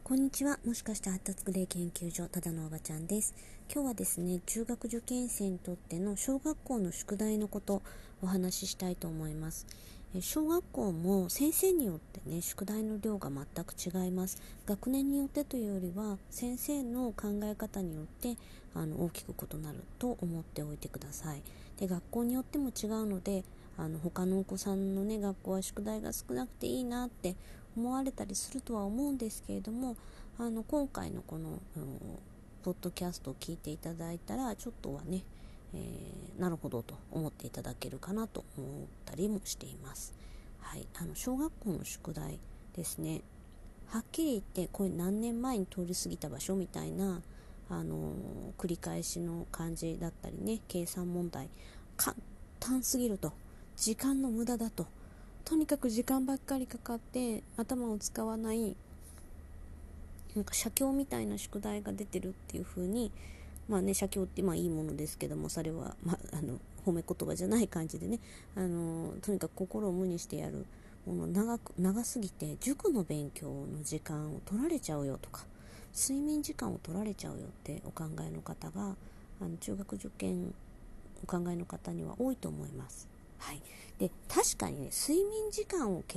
こんにちは。もしかして発達例研究所ただのおばちゃんです。今日はですね、中学受験生にとっての小学校の宿題のことをお話ししたいと思います。小学校も先生によってね、宿題の量が全く違います。学年によってというよりは先生の考え方によって大きく異なると思っておいてください。で、学校によっても違うので、他のお子さんのね、学校は宿題が少なくていいなって思われたりするとは思うんですけれども、今回のこの、ポッドキャストを聞いていただいたらちょっとはね、なるほどと思っていただけるかなと思ったりもしています。はい、小学校の宿題ですね、はっきり言ってこれ何年前に通り過ぎた場所みたいな繰り返しの漢字だったりね、計算問題簡単すぎると、時間の無駄だと、とにかく時間ばっかりかかって頭を使わないなんか写経みたいな宿題が出てるっていう風に、まあね、写経っていいものですけども、それは、褒め言葉じゃない感じでね、とにかく心を無にしてやるもの長すぎて塾の勉強の時間を取られちゃうよとか、睡眠時間を取られちゃうよってお考えの方が中学受験お考えの方には多いと思います。はい、で確かにね、睡眠時間を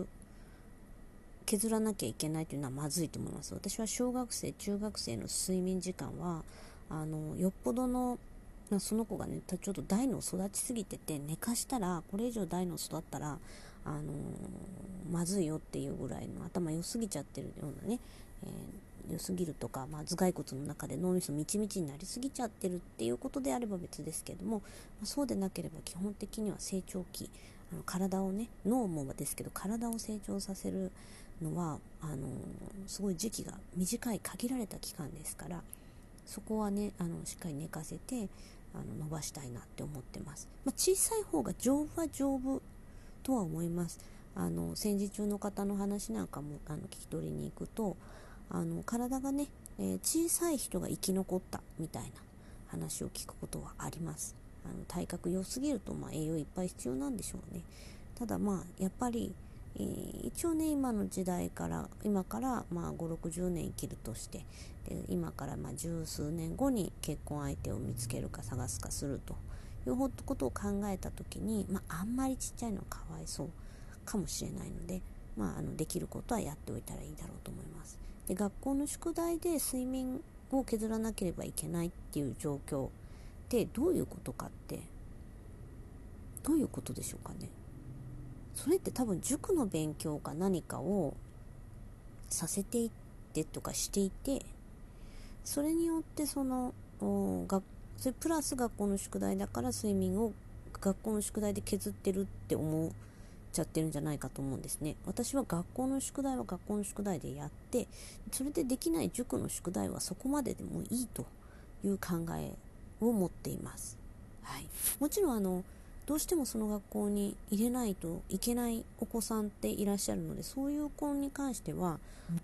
削らなきゃいけないというのはまずいと思います。私は小学生中学生の睡眠時間はよっぽどのその子がねちょっと大脳育ちすぎてて、寝かしたらこれ以上大脳育ったらまずいよっていうぐらいの頭良すぎちゃってるようなね、良すぎるとか、頭蓋骨の中で脳みそみちみちになりすぎちゃってるっていうことであれば別ですけども、そうでなければ基本的には成長期、体をね、脳もですけど体を成長させるのはすごい時期が短い限られた期間ですから、そこはねしっかり寝かせて伸ばしたいなって思ってます。小さい方が丈夫は丈夫とは思います。戦時中の方の話なんかも聞き取りに行くと体がね、小さい人が生き残ったみたいな話を聞くことはあります。体格良すぎると栄養いっぱい必要なんでしょうね。ただやっぱり一応ね、今から5、60年生きるとして、で今から十数年後に結婚相手を見つけるか探すかするということを考えたときに、あんまりちっちゃいのはかわいそうかもしれないので、できることはやっておいたらいいだろうと思います。で、学校の宿題で睡眠を削らなければいけないっていう状況ってどういうことかって、どういうことでしょうかね。それって多分塾の勉強か何かをさせていってとかしていて、それによってそれプラス学校の宿題だから睡眠を学校の宿題で削ってるって思っちゃってるんじゃないかと思うんですね。私は学校の宿題は学校の宿題でやって、それでできない塾の宿題はそこまででもいいという考えを持っています。はい、もちろんどうしてもその学校に入れないといけないお子さんっていらっしゃるので、そういう子に関しては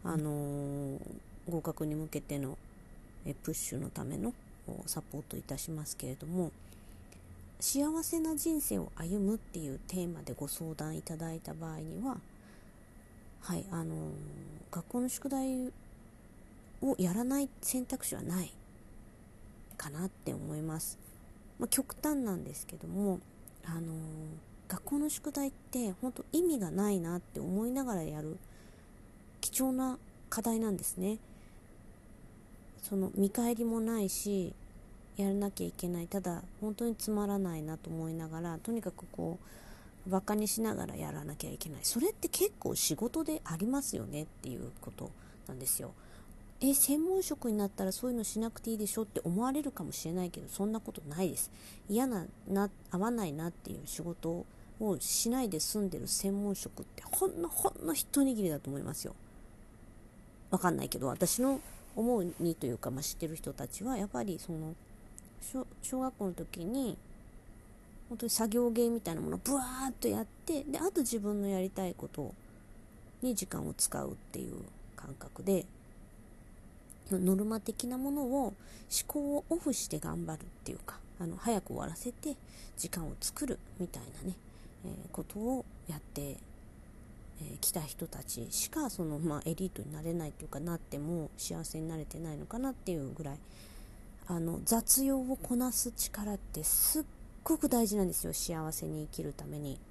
合格に向けてのプッシュのためのサポートいたしますけれども、幸せな人生を歩むっていうテーマでご相談いただいた場合には、はい、学校の宿題をやらない選択肢はないかなって思います。極端なんですけども、学校の宿題って本当意味がないなって思いながらやる貴重な課題なんですね。その見返りもないし、やらなきゃいけない、ただ本当につまらないなと思いながら、とにかくバカにしながらやらなきゃいけない。それって結構仕事でありますよねっていうことなんですよ。専門職になったらそういうのしなくていいでしょって思われるかもしれないけど、そんなことないです。合わないなっていう仕事をしないで済んでる専門職ってほんの一握りだと思いますよ。わかんないけど、私の思うにというか、知ってる人たちはやっぱり小学校の時に本当に作業芸みたいなものをブワーッとやって、であと自分のやりたいことに時間を使うっていう感覚で、ノルマ的なものを思考をオフして頑張るっていうか、早く終わらせて時間を作るみたいなね、ことをやって来た人たちしかエリートになれないというか、なっても幸せになれてないのかなっていうぐらい、雑用をこなす力ってすっごく大事なんですよ、幸せに生きるために。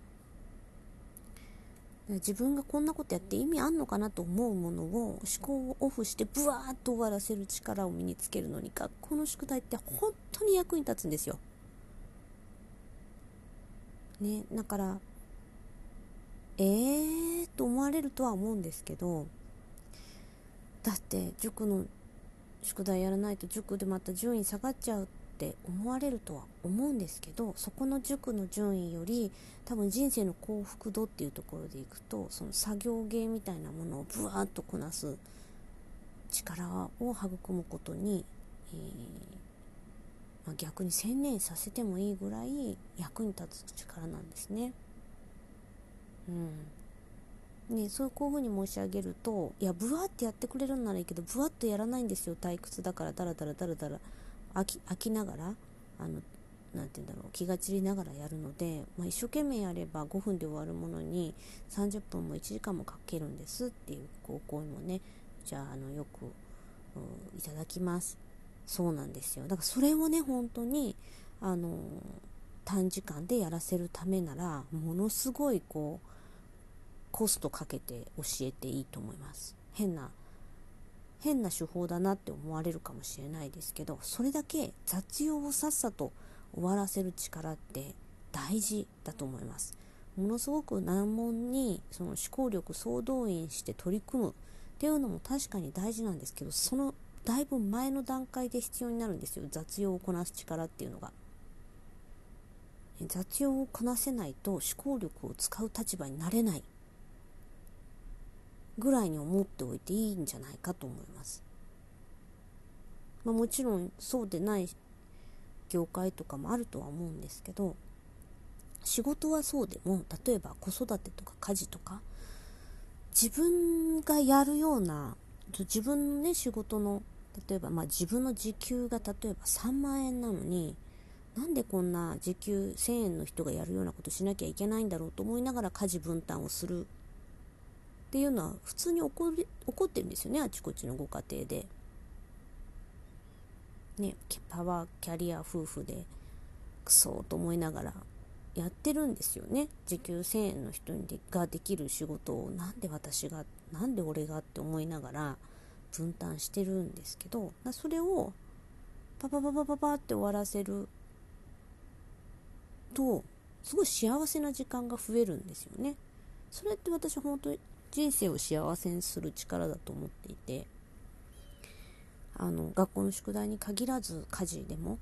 自分がこんなことやって意味あんのかなと思うものを思考をオフしてブワーッと終わらせる力を身につけるのに、学校の宿題って本当に役に立つんですよ、ね。だからと思われるとは思うんですけど、だって塾の宿題やらないと塾でまた順位下がっちゃうって思われるとは思うんですけど、そこの塾の順位より多分人生の幸福度っていうところでいくと、その作業芸みたいなものをブワーッとこなす力を育むことに、逆に専念させてもいいぐらい役に立つ力なんですね。そういう風に申し上げると、いやブワーってやってくれるんならいいけど、ブワーってやらないんですよ、退屈だから、だらだら飽きながら、なんていうんだろう、気が散りながらやるので、一生懸命やれば5分で終わるものに30分も1時間もかけるんですっていうお声もね、じゃあよくいただきます。そうなんですよ。だからそれをね、本当に短時間でやらせるためなら、ものすごいコストかけて教えていいと思います。変な手法だなって思われるかもしれないですけど、それだけ雑用をさっさと終わらせる力って大事だと思います。ものすごく難問にその思考力総動員して取り組むっていうのも確かに大事なんですけど、そのだいぶ前の段階で必要になるんですよ、雑用をこなす力っていうのが。雑用をこなせないと思考力を使う立場になれないぐらいに思っておいていいんじゃないかと思います。もちろんそうでない業界とかもあるとは思うんですけど、仕事はそうでも、例えば子育てとか家事とか、自分がやるような、自分のね、仕事の、例えば自分の時給が例えば3万円なのに、なんでこんな時給1000円の人がやるようなことしなきゃいけないんだろうと思いながら家事分担をするっていうのは普通に起こってるんですよね、あちこちのご家庭で。ね、パワーキャリア夫婦でクソと思いながらやってるんですよね。時給1000円の人ができる仕事をなんで俺がって思いながら分担してるんですけど、それをパパパパパパって終わらせるとすごい幸せな時間が増えるんですよね。それって私本当に人生を幸せにする力だと思っていて、学校の宿題に限らず家事でも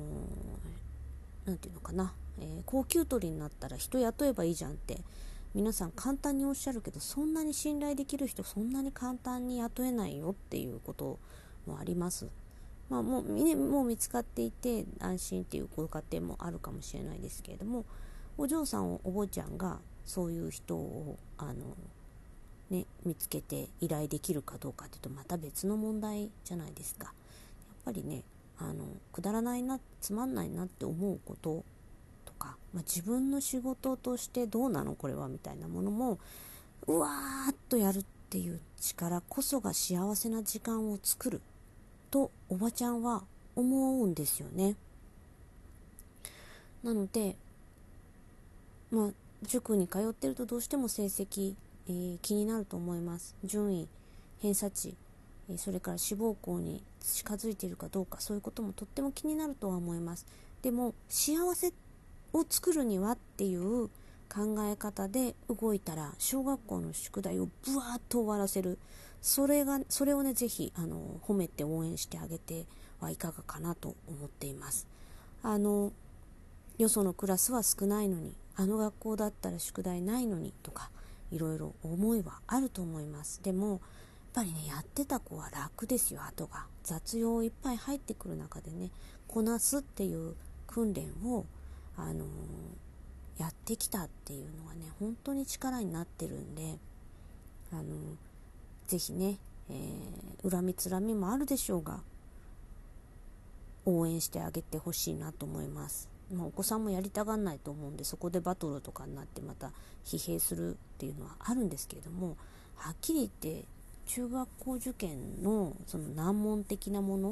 なんていうのかな、高給取りになったら人雇えばいいじゃんって皆さん簡単におっしゃるけど、そんなに信頼できる人そんなに簡単に雇えないよっていうこともあります。もう見つかっていて安心っていうご家庭もあるかもしれないですけれども、お嬢さんお坊ちゃんがそういう人を見つけて依頼できるかどうかというとまた別の問題じゃないですか。やっぱりね、くだらないな、つまんないなって思うこととか、自分の仕事としてどうなのこれはみたいなものもうわーっとやるっていう力こそが幸せな時間を作るとおばちゃんは思うんですよね。なので塾に通ってるとどうしても成績、気になると思います。順位、偏差値、それから志望校に近づいているかどうか、そういうこともとっても気になるとは思います。でも幸せを作るにはっていう考え方で動いたら、小学校の宿題をブワーッと終わらせる、それをね、ぜひ褒めて応援してあげてはいかがかなと思っています。よそのクラスは少ないのに、学校だったら宿題ないのにとか、いろいろ思いはあると思います。でもやっぱりね、やってた子は楽ですよ。後が雑用いっぱい入ってくる中でね、こなすっていう訓練をやってきたっていうのがね、本当に力になってるんで、ぜひね、恨みつらみもあるでしょうが応援してあげてほしいなと思います。 お子さんもやりたがんないと思うんで、そこでバトルとかになってまた疲弊するっていうのはあるんですけれども、はっきり言って中学校受験のその難問的なもの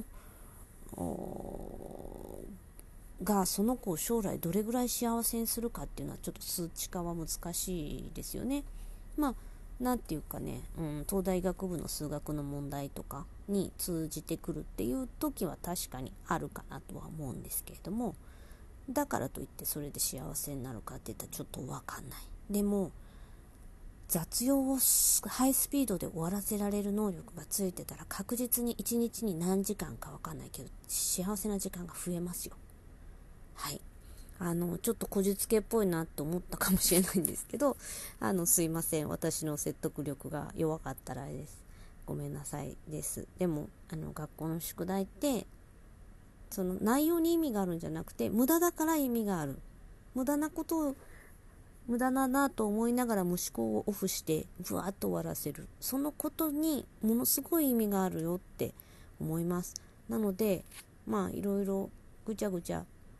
がその子を将来どれぐらい幸せにするかっていうのはちょっと数値化は難しいですよね。なんていうかね、東大学部の数学の問題とかに通じてくるっていう時は確かにあるかなとは思うんですけれども、だからといってそれで幸せになるかって言ったらちょっと分かんない。でも雑用をハイスピードで終わらせられる能力がついてたら、確実に1日に何時間か分かんないけど幸せな時間が増えますよ。はい。ちょっとこじつけっぽいなと思ったかもしれないんですけど、すいません。私の説得力が弱かったらあれです。ごめんなさいです。でも、学校の宿題って、その内容に意味があるんじゃなくて、無駄だから意味がある。無駄なことを、無駄だなと思いながら無思考をオフして、ぶわっと終わらせる。そのことにものすごい意味があるよって思います。なので、いろいろぐちゃぐちゃ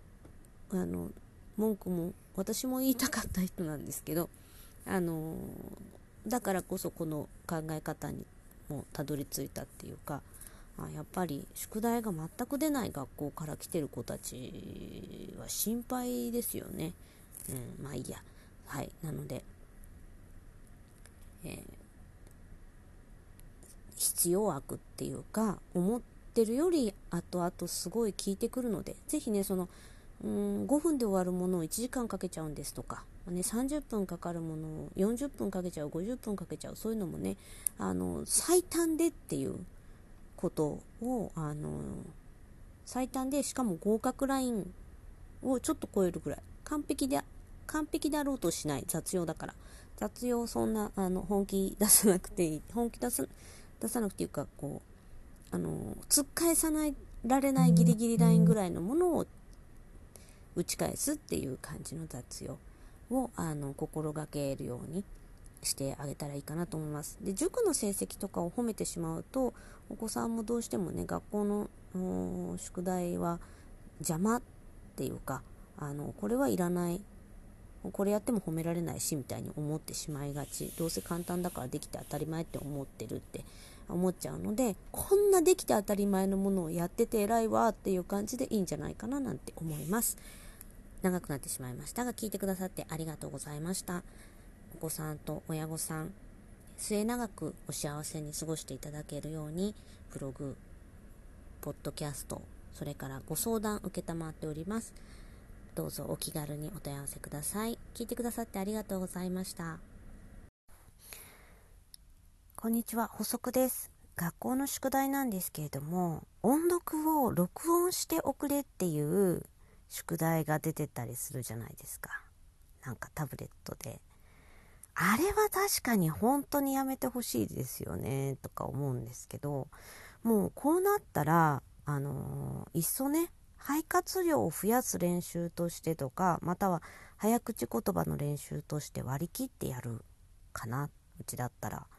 文句も私も言いたかった人なんですけど、だからこそこの考え方にもたどり着いたっていうか、やっぱり宿題が全く出ない学校から来てる子たちは心配ですよね。いいや。はい。なので、必要悪っていうか、思ってるより後々すごい効いてくるので、ぜひね、5分で終わるものを1時間かけちゃうんですとか、30分かかるものを40分かけちゃう、50分かけちゃう、そういうのもね、最短でっていうことを、最短で、しかも合格ラインをちょっと超えるぐらい、完璧であろうとしない、雑用だから。雑用そんな本気出さなくていい、本気出さなくていうか、突っ返さないられないギリギリラインぐらいのものを打ち返すっていう感じの雑用を心がけるようにしてあげたらいいかなと思います。で、塾の成績とかを褒めてしまうと、お子さんもどうしてもね、学校の宿題は邪魔っていうか、これはいらない、これやっても褒められないしみたいに思ってしまいがち。どうせ簡単だからできて当たり前って思ってるって思っちゃうので、こんなできて当たり前のものをやってて偉いわっていう感じでいいんじゃないかななんて思います。長くなってしまいましたが、聞いてくださってありがとうございました。お子さんと親御さん、末永くお幸せに過ごしていただけるように、ブログ、ポッドキャスト、それからご相談受けたまっております。どうぞお気軽にお問い合わせください。聞いてくださってありがとうございました。こんにちは、補足です。学校の宿題なんですけれども、音読を録音しておくれっていう宿題が出てたりするじゃないですか。なんかタブレットで。あれは確かに本当にやめてほしいですよねとか思うんですけど、もうこうなったらいっそね、肺活量を増やす練習としてとか、または早口言葉の練習として割り切ってやるかな、うちだったら。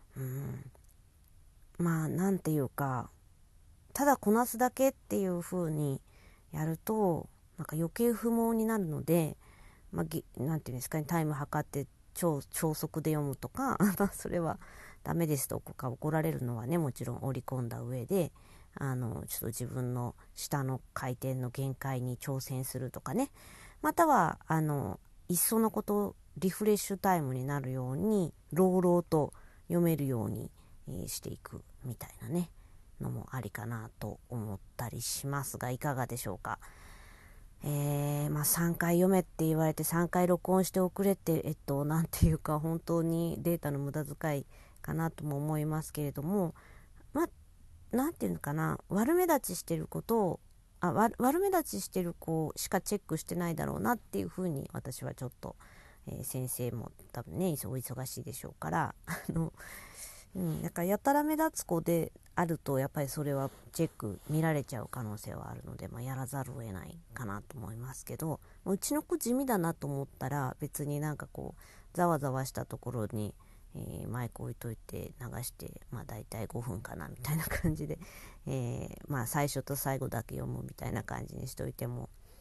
なんていうか、ただこなすだけっていう風にやるとなんか余計不毛になるので、なんていうんですかね、タイム測って超速で読むとかそれはダメですとか怒られるのはね、もちろん織り込んだ上で、ちょっと自分の舌の回転の限界に挑戦するとかね、またはいっそのことリフレッシュタイムになるように朗々と読めるようにしていくみたいなねのもありかなと思ったりしますが、いかがでしょうか。3回読めって言われて3回録音しておくれって、なんていうか本当にデータの無駄遣いかなとも思いますけれども、なんていうのかな、悪目立ちしてることを悪目立ちしてる子しかチェックしてないだろうなっていうふうに私はちょっと、先生も多分ねお忙しいでしょうからだからやたら目立つ子であるとやっぱりそれはチェック見られちゃう可能性はあるので、やらざるを得ないかなと思いますけど、うちの子地味だなと思ったら別になんかこうざわざわしたところに、マイク置いといて流して、だいたい5分かなみたいな感じで、最初と最後だけ読むみたいな感じにしといても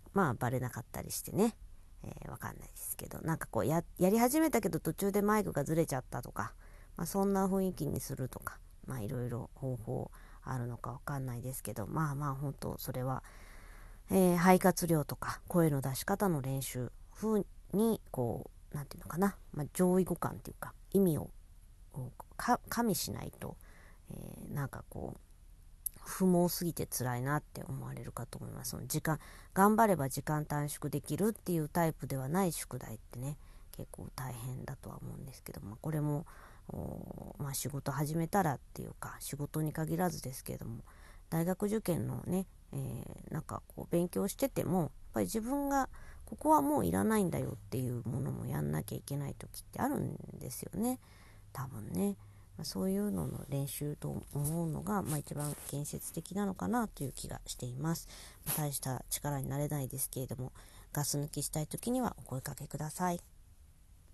まあバレなかったりしてね、わかんないですけど、なんかこうやり始めたけど途中でマイクがずれちゃったとか、まあ、そんな雰囲気にするとか、まあいろいろ方法あるのかわかんないですけど、まあまあ本当それは、肺活量とか声の出し方の練習風にこうなんていうのかな、まあ、上位互換っていうか意味を加味しないと、なんかこう不毛すぎて辛いなって思われるかと思います。その時間頑張れば時間短縮できるっていうタイプではない宿題ってね、結構大変だとは思うんですけども、これもまあ、仕事始めたらっていうか仕事に限らずですけれども、大学受験のね、なんかこう勉強しててもやっぱり自分がここはもういらないんだよっていうものもやんなきゃいけない時ってあるんですよね、多分ね。そういうのの練習と思うのが、まあ、一番建設的なのかなという気がしています。大した力になれないですけれども、ガス抜きしたい時にはお声かけください。